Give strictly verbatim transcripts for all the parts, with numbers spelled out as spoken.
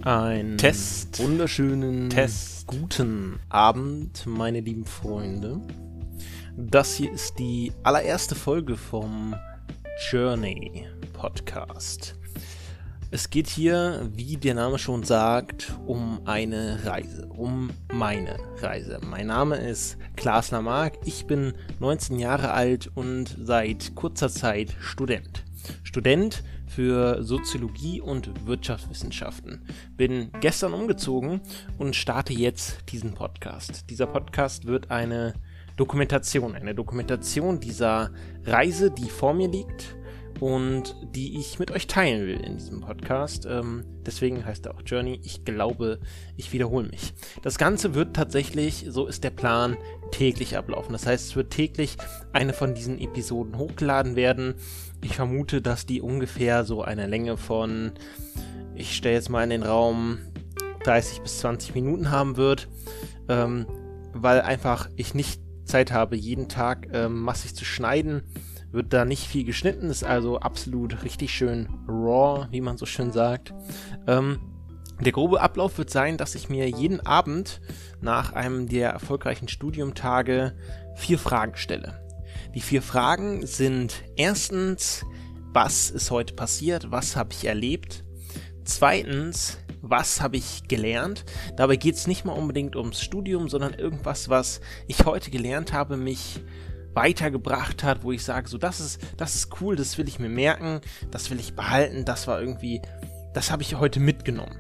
Ein Test. wunderschönen Test. guten Abend, meine lieben Freunde. Das hier ist die allererste Folge vom Journey Podcast. Es geht hier, wie der Name schon sagt, um eine Reise, um meine Reise. Mein Name ist Klaas Lamarck, ich bin neunzehn Jahre alt und seit kurzer Zeit Student. Student für Soziologie und Wirtschaftswissenschaften. Bin gestern umgezogen und starte jetzt diesen Podcast. Dieser Podcast wird eine Dokumentation, eine Dokumentation dieser Reise, die vor mir liegt und die ich mit euch teilen will in diesem Podcast. Ähm, deswegen heißt er auch Journey. Ich glaube, ich wiederhole mich. Das Ganze wird tatsächlich, so ist der Plan, täglich ablaufen. Das heißt, es wird täglich eine von diesen Episoden hochgeladen werden. Ich vermute, dass die ungefähr so eine Länge von, ich stelle jetzt mal in den Raum, dreißig bis zwanzig Minuten haben wird, ähm, weil einfach ich nicht Zeit habe, jeden Tag ähm, massig zu schneiden. Wird da nicht viel geschnitten, ist also absolut richtig schön raw, wie man so schön sagt. Ähm, der grobe Ablauf wird sein, dass ich mir jeden Abend nach einem der erfolgreichen Studiumtage vier Fragen stelle. Die vier Fragen sind erstens, was ist heute passiert, was habe ich erlebt? Zweitens, was habe ich gelernt? Dabei geht es nicht mal unbedingt ums Studium, sondern irgendwas, was ich heute gelernt habe, mich weitergebracht hat, wo ich sage, so das ist, das ist cool, das will ich mir merken, das will ich behalten, das war irgendwie, das habe ich heute mitgenommen.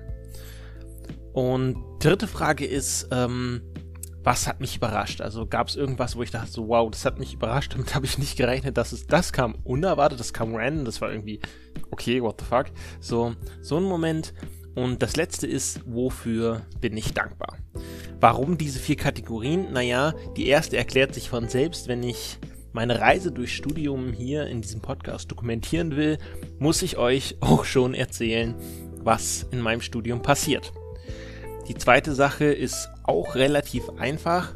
Und dritte Frage ist, ähm, was hat mich überrascht? Also gab es irgendwas, wo ich dachte so, wow, das hat mich überrascht, damit habe ich nicht gerechnet, dass es, das kam unerwartet, das kam random, das war irgendwie, okay, what the fuck, so, so ein Moment. Und das letzte ist, wofür bin ich dankbar? Warum diese vier Kategorien? Naja, die erste erklärt sich von selbst. Wenn ich meine Reise durch Studium hier in diesem Podcast dokumentieren will, muss ich euch auch schon erzählen, was in meinem Studium passiert. Die zweite Sache ist auch relativ einfach.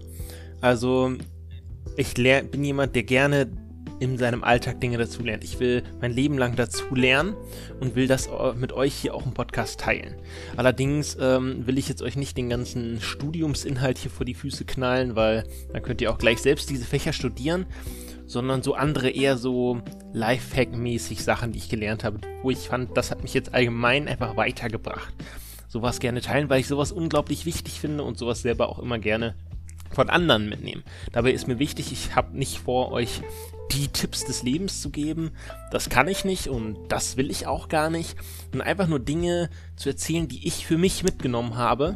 Also ich lehr, bin jemand, der gerne in seinem Alltag Dinge dazulernt. Ich will mein Leben lang dazu lernen und will das mit euch hier auch im Podcast teilen. Allerdings ähm, will ich jetzt euch nicht den ganzen Studiumsinhalt hier vor die Füße knallen, weil dann könnt ihr auch gleich selbst diese Fächer studieren, sondern so andere eher so Lifehack-mäßig Sachen, die ich gelernt habe, wo ich fand, das hat mich jetzt allgemein einfach weitergebracht. Sowas gerne teilen, weil ich sowas unglaublich wichtig finde und sowas selber auch immer gerne von anderen mitnehmen. Dabei ist mir wichtig, ich habe nicht vor, euch die Tipps des Lebens zu geben. Das kann ich nicht und das will ich auch gar nicht. Und einfach nur Dinge zu erzählen, die ich für mich mitgenommen habe.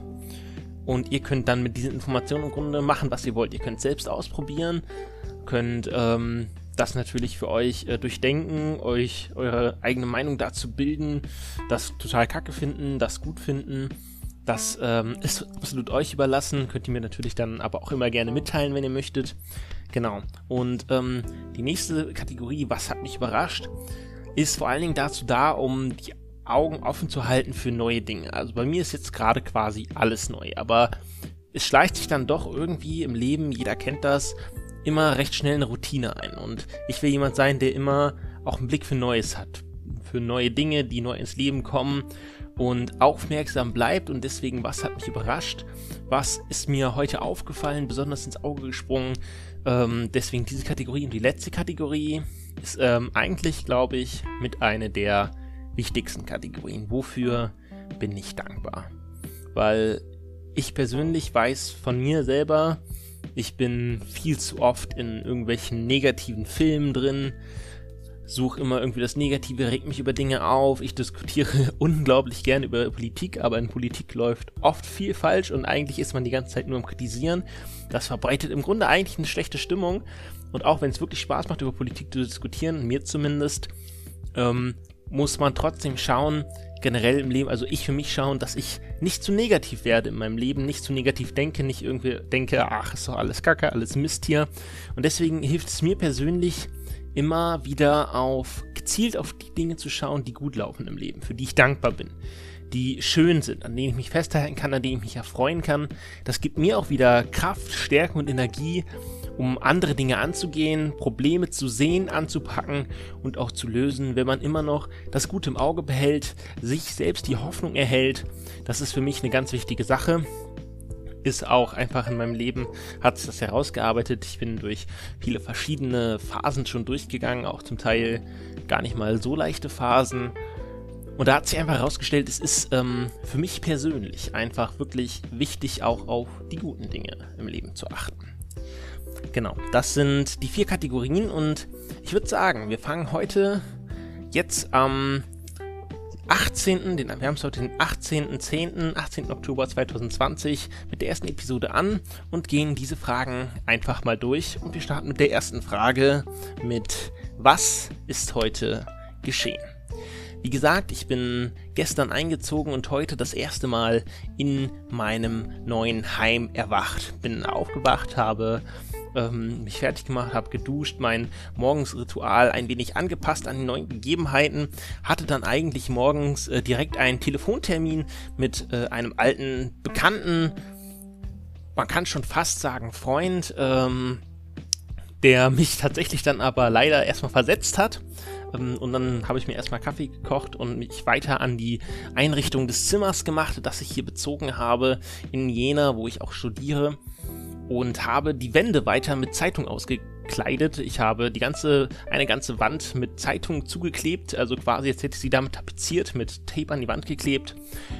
Und ihr könnt dann mit diesen Informationen im Grunde machen, was ihr wollt. Ihr könnt selbst ausprobieren, könnt ähm, das natürlich für euch äh, durchdenken, euch eure eigene Meinung dazu bilden, das total kacke finden, das gut finden. Das ähm, ist absolut euch überlassen, könnt ihr mir natürlich dann aber auch immer gerne mitteilen, wenn ihr möchtet. Genau. Und ähm, die nächste Kategorie, was hat mich überrascht, ist vor allen Dingen dazu da, um die Augen offen zu halten für neue Dinge. Also bei mir ist jetzt gerade quasi alles neu, aber es schleicht sich dann doch irgendwie im Leben, jeder kennt das, immer recht schnell eine Routine ein. Und ich will jemand sein, der immer auch einen Blick für Neues hat, für neue Dinge, die neu ins Leben kommen und aufmerksam bleibt. Und deswegen, was hat mich überrascht? Was ist mir heute aufgefallen, besonders ins Auge gesprungen? Ähm, deswegen diese Kategorie. Und die letzte Kategorie ist ähm, eigentlich, glaube ich, mit einer der wichtigsten Kategorien. Wofür bin ich dankbar? Weil ich persönlich weiß von mir selber, ich bin viel zu oft in irgendwelchen negativen Filmen drin, suche immer irgendwie das Negative, regt mich über Dinge auf. Ich diskutiere unglaublich gerne über Politik, aber in Politik läuft oft viel falsch und eigentlich ist man die ganze Zeit nur am Kritisieren. Das verbreitet im Grunde eigentlich eine schlechte Stimmung. Und auch wenn es wirklich Spaß macht, über Politik zu diskutieren, mir zumindest, ähm, muss man trotzdem schauen, generell im Leben, also ich für mich schauen, dass ich nicht zu negativ werde in meinem Leben, nicht zu negativ denke, nicht irgendwie denke, ach, ist doch alles Kacke, alles Mist hier. Und deswegen hilft es mir persönlich, immer wieder auf gezielt auf die Dinge zu schauen, die gut laufen im Leben, für die ich dankbar bin, die schön sind, an denen ich mich festhalten kann, an denen ich mich erfreuen kann. Das gibt mir auch wieder Kraft, Stärke und Energie, um andere Dinge anzugehen, Probleme zu sehen, anzupacken und auch zu lösen, wenn man immer noch das Gute im Auge behält, sich selbst die Hoffnung erhält. Das ist für mich eine ganz wichtige Sache. Ist auch einfach in meinem Leben, hat sich das herausgearbeitet. Ich bin durch viele verschiedene Phasen schon durchgegangen, auch zum Teil gar nicht mal so leichte Phasen. Und da hat sich einfach herausgestellt, es ist ähm, für mich persönlich einfach wirklich wichtig, auch auf die guten Dinge im Leben zu achten. Genau, das sind die vier Kategorien und ich würde sagen, wir fangen heute jetzt am achtzehnten Den, wir haben es heute den achtzehnten zehnten achtzehnten Oktober zweitausendzwanzig mit der ersten Episode an und gehen diese Fragen einfach mal durch. Und wir starten mit der ersten Frage mit: Was ist heute geschehen? Wie gesagt, ich bin gestern eingezogen und heute das erste Mal in meinem neuen Heim erwacht. Bin aufgewacht, habe ähm, mich fertig gemacht, habe geduscht, mein Morgensritual ein wenig angepasst an die neuen Gegebenheiten, hatte dann eigentlich morgens äh, direkt einen Telefontermin mit äh, einem alten Bekannten, man kann schon fast sagen Freund, ähm, der mich tatsächlich dann aber leider erstmal versetzt hat. Und dann habe ich mir erstmal Kaffee gekocht und mich weiter an die Einrichtung des Zimmers gemacht, das ich hier bezogen habe in Jena, wo ich auch studiere, und habe die Wände weiter mit Zeitung ausgekleidet. Ich habe die ganze, eine ganze Wand mit Zeitung zugeklebt, also quasi jetzt hätte ich sie damit tapeziert, mit Tape an die Wand geklebt,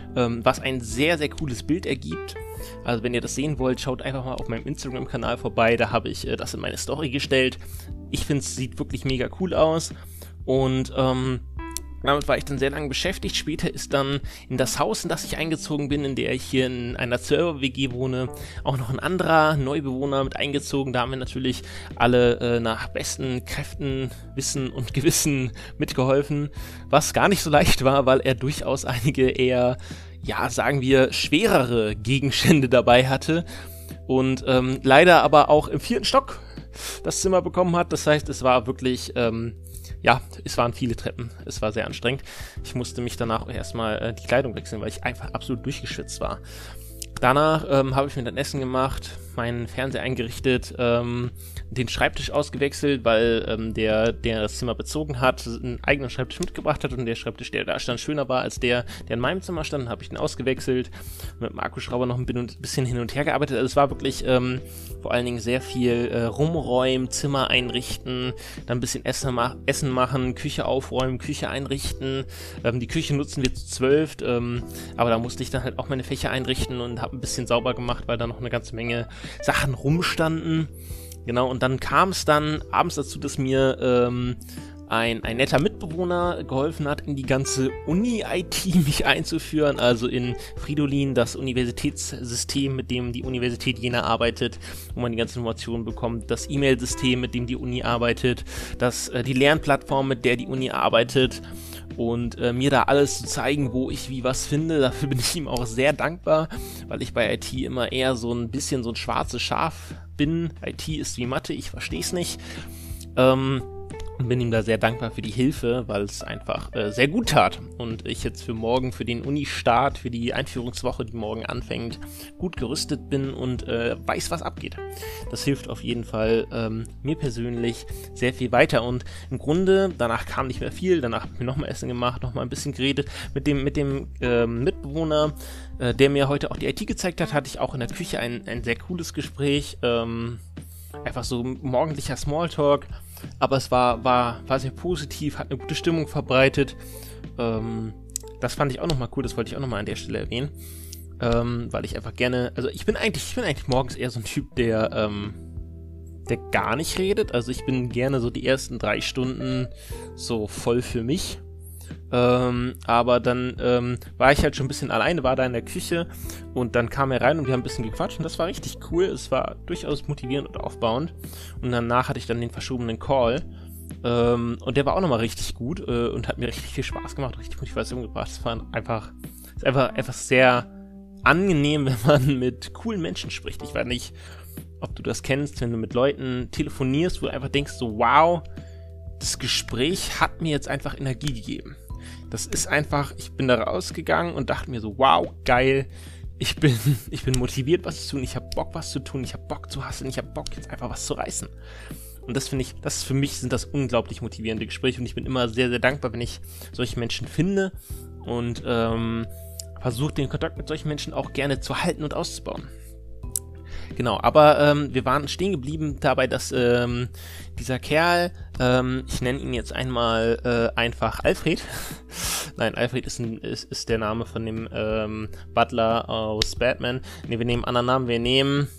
was ein sehr, sehr cooles Bild ergibt. Also wenn ihr das sehen wollt, schaut einfach mal auf meinem Instagram-Kanal vorbei, da habe ich das in meine Story gestellt. Ich finde, es sieht wirklich mega cool aus. Und ähm, damit war ich dann sehr lange beschäftigt. Später ist dann in das Haus, in das ich eingezogen bin, in der ich hier in einer Server-W G wohne, auch noch ein anderer Neubewohner mit eingezogen. Da haben wir natürlich alle äh, nach besten Kräften, Wissen und Gewissen mitgeholfen, was gar nicht so leicht war, weil er durchaus einige eher, ja, sagen wir, schwerere Gegenstände dabei hatte und ähm, leider aber auch im vierten Stock das Zimmer bekommen hat. Das heißt, es war wirklich... Ähm, Ja, es waren viele Treppen, es war sehr anstrengend. Ich musste mich danach auch erstmal äh, die Kleidung wechseln, weil ich einfach absolut durchgeschwitzt war. Danach ähm, habe ich mir dann Essen gemacht, meinen Fernseher eingerichtet, ähm, den Schreibtisch ausgewechselt, weil ähm, der, der das Zimmer bezogen hat, einen eigenen Schreibtisch mitgebracht hat und der Schreibtisch, der da stand, schöner war als der, der in meinem Zimmer stand, habe ich den ausgewechselt, mit dem Akkuschrauber noch ein bisschen hin und her gearbeitet. Also es war wirklich ähm, vor allen Dingen sehr viel äh, rumräumen, Zimmer einrichten, dann ein bisschen Essen, ma- Essen machen, Küche aufräumen, Küche einrichten. Ähm, die Küche nutzen wir zu zwölf, ähm, aber da musste ich dann halt auch meine Fächer einrichten und habe ein bisschen sauber gemacht, weil da noch eine ganze Menge Sachen rumstanden. Genau, und dann kam es dann abends dazu, dass mir ähm, ein, ein netter Mitbewohner geholfen hat, in die ganze Uni-I T mich einzuführen, also in Fridolin, das Universitätssystem, mit dem die Universität Jena arbeitet, wo man die ganzen Informationen bekommt, das E-Mail-System, mit dem die Uni arbeitet, das, äh, die Lernplattform, mit der die Uni arbeitet, und äh, mir da alles zu zeigen, wo ich wie was finde. Dafür bin ich ihm auch sehr dankbar, weil ich bei I T immer eher so ein bisschen so ein schwarzes Schaf bin. I T ist wie Mathe, ich verstehe es nicht. Ähm, und bin ihm da sehr dankbar für die Hilfe, weil es einfach äh, sehr gut tat und ich jetzt für morgen, für den Uni-Start, für die Einführungswoche, die morgen anfängt, gut gerüstet bin und äh, weiß, was abgeht. Das hilft auf jeden Fall ähm, mir persönlich sehr viel weiter und im Grunde, danach kam nicht mehr viel, danach habe ich mir nochmal Essen gemacht, nochmal ein bisschen geredet mit dem, mit dem ähm, Mitbewohner, äh, der mir heute auch die I T gezeigt hat, hatte ich auch in der Küche ein, ein sehr cooles Gespräch, ähm, einfach so morgendlicher Smalltalk, aber es war, war, war sehr positiv, hat eine gute Stimmung verbreitet. Ähm, das fand ich auch nochmal cool, das wollte ich auch nochmal an der Stelle erwähnen. Ähm, weil ich einfach gerne, also ich bin eigentlich, ich bin eigentlich morgens eher so ein Typ, der, ähm, der gar nicht redet. Also ich bin gerne so die ersten drei Stunden so voll für mich. Ähm, aber dann ähm, war ich halt schon ein bisschen alleine, war da in der Küche und dann kam er rein und wir haben ein bisschen gequatscht und das war richtig cool, es war durchaus motivierend und aufbauend und danach hatte ich dann den verschobenen Call ähm, und der war auch nochmal richtig gut äh, und hat mir richtig viel Spaß gemacht, richtig Motivation gebracht. Es war einfach, es ist einfach, einfach sehr angenehm, wenn man mit coolen Menschen spricht. Ich weiß nicht, ob du das kennst, wenn du mit Leuten telefonierst, wo du einfach denkst so, wow, das Gespräch hat mir jetzt einfach Energie gegeben. das ist einfach, ich bin da rausgegangen und dachte mir so, wow, geil, ich bin, ich bin motiviert, was zu tun, ich habe Bock, was zu tun, ich habe Bock zu hustlen, ich habe Bock, jetzt einfach was zu reißen. Und das finde ich, das für mich sind das unglaublich motivierende Gespräche und ich bin immer sehr, sehr dankbar, wenn ich solche Menschen finde und ähm, versuche den Kontakt mit solchen Menschen auch gerne zu halten und auszubauen. Genau, aber ähm, wir waren stehen geblieben dabei, dass ähm, dieser Kerl, ähm, ich nenne ihn jetzt einmal äh, einfach Alfred. Nein, Alfred ist, ein, ist, ist der Name von dem ähm, Butler aus Batman. Ne, wir nehmen einen anderen Namen, wir nehmen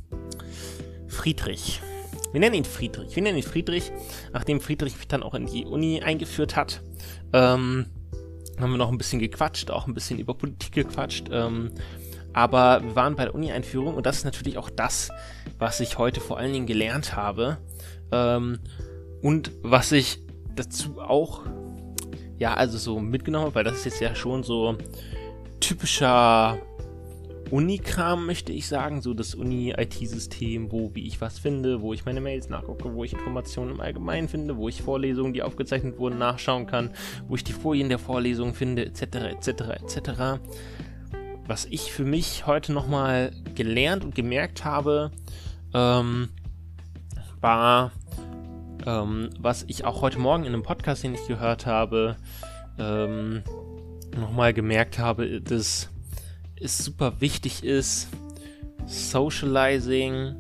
Friedrich. Wir nennen ihn Friedrich. Wir nennen ihn Friedrich, nachdem Friedrich mich dann auch in die Uni eingeführt hat. Ähm, haben wir noch ein bisschen gequatscht, auch ein bisschen über Politik gequatscht. Ähm, aber wir waren bei der Uni-Einführung und das ist natürlich auch das, was ich heute vor allen Dingen gelernt habe. Ähm, und was ich dazu auch, ja, also so mitgenommen habe, weil das ist jetzt ja schon so typischer Unikram, möchte ich sagen, so das Uni-I T-System, wo, wie ich was finde, wo ich meine Mails nachgucke, wo ich Informationen im Allgemeinen finde, wo ich Vorlesungen, die aufgezeichnet wurden, nachschauen kann, wo ich die Folien der Vorlesungen finde, et cetera, et cetera, et cetera. Was ich für mich heute nochmal gelernt und gemerkt habe, ähm, war, ähm, was ich auch heute Morgen in einem Podcast, den ich gehört habe, ähm, nochmal gemerkt habe, dass es super wichtig ist, Socializing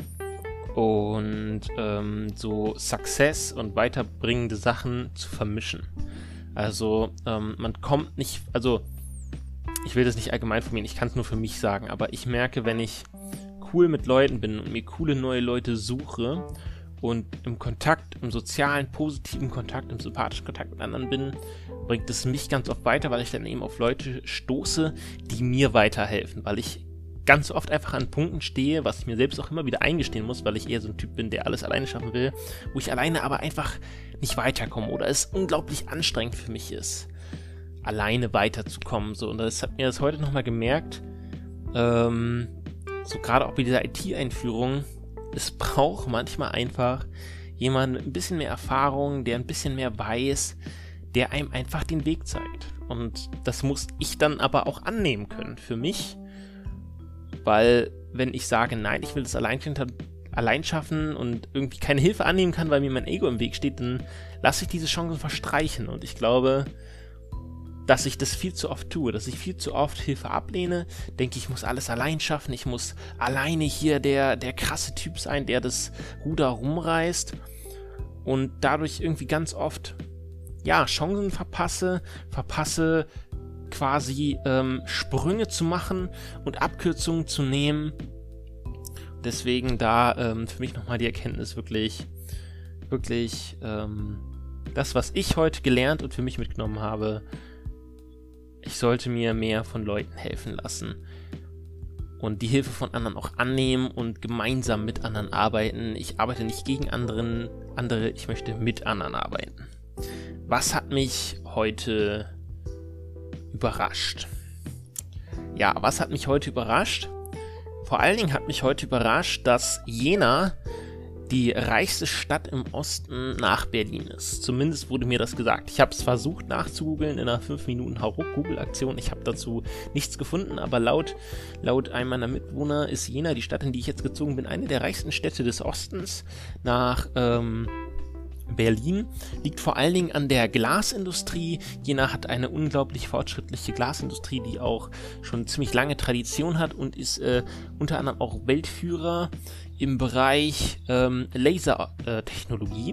und ähm, so Success und weiterbringende Sachen zu vermischen. Also ähm, man kommt nicht, also ich will das nicht allgemein formulieren, ich kann es nur für mich sagen, aber ich merke, wenn ich cool mit Leuten bin und mir coole neue Leute suche und im Kontakt, im sozialen, positiven Kontakt, im sympathischen Kontakt mit anderen bin, bringt es mich ganz oft weiter, weil ich dann eben auf Leute stoße, die mir weiterhelfen, weil ich ganz oft einfach an Punkten stehe, was ich mir selbst auch immer wieder eingestehen muss, weil ich eher so ein Typ bin, der alles alleine schaffen will, wo ich alleine aber einfach nicht weiterkomme oder es unglaublich anstrengend für mich ist, alleine weiterzukommen. So, und das hat mir das heute nochmal gemerkt, ähm, so gerade auch bei dieser I T-Einführung, es braucht manchmal einfach jemanden mit ein bisschen mehr Erfahrung, der ein bisschen mehr weiß, der einem einfach den Weg zeigt. Und das muss ich dann aber auch annehmen können für mich, weil wenn ich sage, nein, ich will das allein, allein schaffen und irgendwie keine Hilfe annehmen kann, weil mir mein Ego im Weg steht, dann lasse ich diese Chancen verstreichen. Und ich glaube, dass ich das viel zu oft tue, dass ich viel zu oft Hilfe ablehne, denke, ich muss alles allein schaffen, ich muss alleine hier der, der krasse Typ sein, der das Ruder rumreißt und dadurch irgendwie ganz oft, ja, Chancen verpasse, verpasse quasi ähm, Sprünge zu machen und Abkürzungen zu nehmen. Deswegen da ähm, für mich nochmal die Erkenntnis wirklich, wirklich ähm, das, was ich heute gelernt und für mich mitgenommen habe, ich sollte mir mehr von Leuten helfen lassen und die Hilfe von anderen auch annehmen und gemeinsam mit anderen arbeiten. Ich arbeite nicht gegen anderen, andere, ich möchte mit anderen arbeiten. Was hat mich heute überrascht? Ja, was hat mich heute überrascht? Vor allen Dingen hat mich heute überrascht, dass Jena die reichste Stadt im Osten nach Berlin ist. Zumindest wurde mir das gesagt. Ich habe es versucht nachzugoogeln in einer fünf Minuten Hauruck-Google-Aktion. Ich habe dazu nichts gefunden, aber laut, laut einem meiner Mitbewohner ist Jena, die Stadt, in die ich jetzt gezogen bin, eine der reichsten Städte des Ostens nach ähm, Berlin. Liegt vor allen Dingen an der Glasindustrie. Jena hat eine unglaublich fortschrittliche Glasindustrie, die auch schon ziemlich lange Tradition hat und ist äh, unter anderem auch Weltführer im Bereich ähm, Lasertechnologie.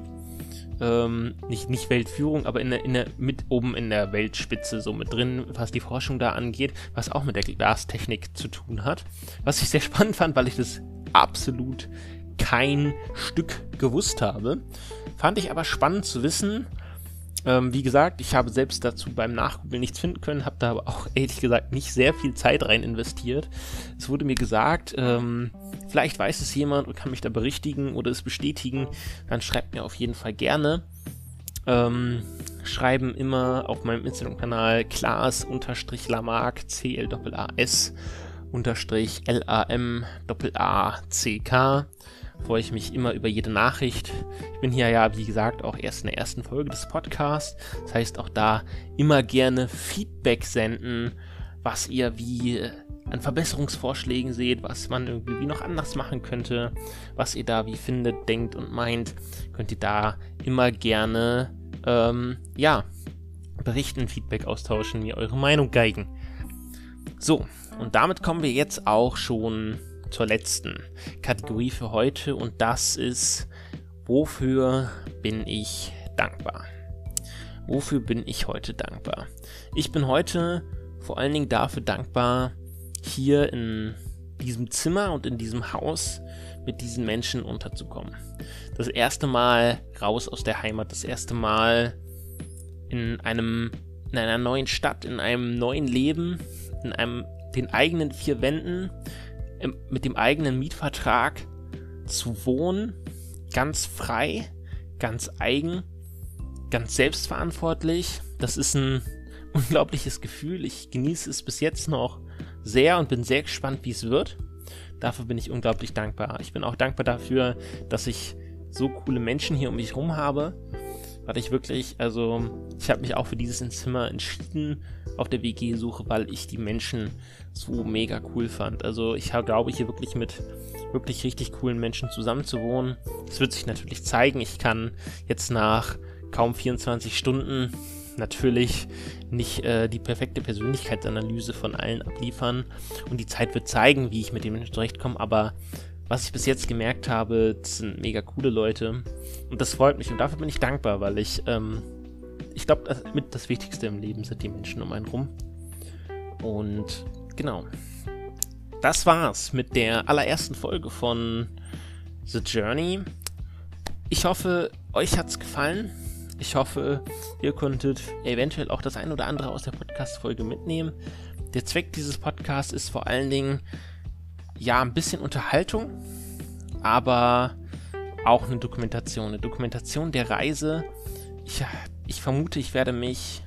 Ähm, nicht, nicht Weltführung, aber in der, in der, mit oben in der Weltspitze so mit drin, was die Forschung da angeht, was auch mit der Glastechnik zu tun hat. Was ich sehr spannend fand, weil ich das absolut kein Stück gewusst habe. Fand ich aber spannend zu wissen. Ähm, wie gesagt, ich habe selbst dazu beim Nachgoogeln nichts finden können, habe da aber auch ehrlich gesagt nicht sehr viel Zeit rein investiert. Es wurde mir gesagt, ähm, vielleicht weiß es jemand und kann mich da berichtigen oder es bestätigen, dann schreibt mir auf jeden Fall gerne. Ähm, schreiben immer auf meinem Instagram-Kanal Klaas-Lamarck, C L A A S unterstrich L A M A A C K. freue ich mich immer über jede Nachricht. Ich bin hier ja, wie gesagt, auch erst in der ersten Folge des Podcasts. Das heißt, auch da immer gerne Feedback senden, was ihr wie an Verbesserungsvorschlägen seht, was man irgendwie noch anders machen könnte, was ihr da wie findet, denkt und meint, könnt ihr da immer gerne, ähm, ja, berichten, Feedback austauschen, mir eure Meinung geigen. So, und damit kommen wir jetzt auch schon zur letzten Kategorie für heute und das ist, wofür bin ich dankbar? Wofür bin ich heute dankbar? Ich bin heute vor allen Dingen dafür dankbar, hier in diesem Zimmer und in diesem Haus mit diesen Menschen unterzukommen. Das erste Mal raus aus der Heimat, das erste Mal in einem, in einer neuen Stadt, in einem neuen Leben, in einem, den eigenen vier Wänden, im, mit dem eigenen Mietvertrag zu wohnen, ganz frei, ganz eigen, ganz selbstverantwortlich. Das ist ein unglaubliches Gefühl. Ich genieße es bis jetzt noch sehr und bin sehr gespannt, wie es wird. Dafür bin ich unglaublich dankbar. Ich bin auch dankbar dafür, dass ich so coole Menschen hier um mich herum habe, weil ich wirklich, also ich habe mich auch für dieses Zimmer entschieden auf der W G-Suche, weil ich die Menschen so mega cool fand. Also ich glaube, hier wirklich mit wirklich richtig coolen Menschen zusammenzuwohnen. Es wird sich natürlich zeigen. Ich kann jetzt nach kaum vierundzwanzig Stunden natürlich nicht äh, die perfekte Persönlichkeitsanalyse von allen abliefern und die Zeit wird zeigen, wie ich mit den Menschen zurechtkomme, aber was ich bis jetzt gemerkt habe, das sind mega coole Leute und das freut mich und dafür bin ich dankbar, weil ich ähm, ich glaube, das, mit das Wichtigste im Leben sind die Menschen um einen rum und genau, das war's mit der allerersten Folge von The Journey. Ich hoffe, euch hat's gefallen. Ich hoffe, ihr konntet eventuell auch das ein oder andere aus der Podcast-Folge mitnehmen. Der Zweck dieses Podcasts ist vor allen Dingen, ja, ein bisschen Unterhaltung, aber auch eine Dokumentation. Eine Dokumentation der Reise. Ich, ich vermute, ich werde mich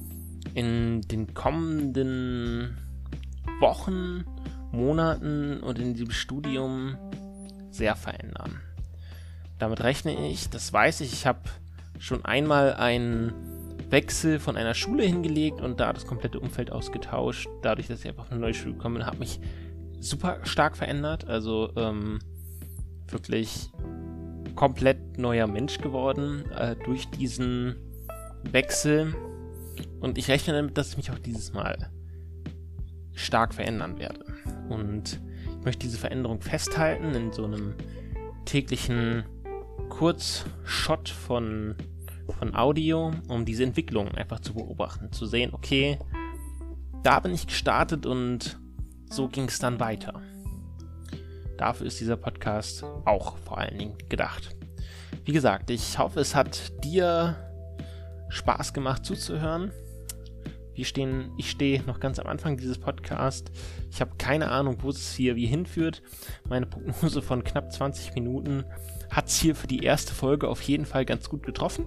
in den kommenden Wochen, Monaten und in diesem Studium sehr verändern. Damit rechne ich, das weiß ich, ich habe schon einmal einen Wechsel von einer Schule hingelegt und da das komplette Umfeld ausgetauscht, dadurch, dass ich einfach auf eine neue Schule gekommen bin, habe mich super stark verändert, also ähm, wirklich komplett neuer Mensch geworden äh, durch diesen Wechsel und ich rechne damit, dass ich mich auch dieses Mal stark verändern werde und ich möchte diese Veränderung festhalten in so einem täglichen Kurzshot von, von Audio, um diese Entwicklung einfach zu beobachten, zu sehen, okay, da bin ich gestartet und so ging es dann weiter. Dafür ist dieser Podcast auch vor allen Dingen gedacht. Wie gesagt, ich hoffe, es hat dir Spaß gemacht zuzuhören. Wir stehen, ich stehe noch ganz am Anfang dieses Podcasts. Ich habe keine Ahnung, wo es hier wie hinführt. Meine Prognose von knapp zwanzig Minuten hat es hier für die erste Folge auf jeden Fall ganz gut getroffen.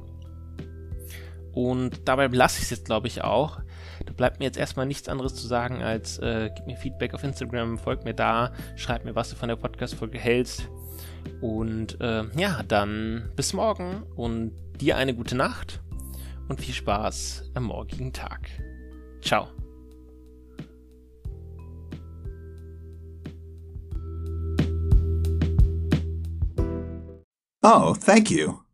Und dabei lasse ich es jetzt, glaube ich, auch. Da bleibt mir jetzt erstmal nichts anderes zu sagen, als äh, gib mir Feedback auf Instagram, folgt mir da, schreib mir, was du von der Podcast-Folge hältst. Und äh, ja, dann bis morgen und dir eine gute Nacht und viel Spaß am morgigen Tag. Ciao. Oh, thank you.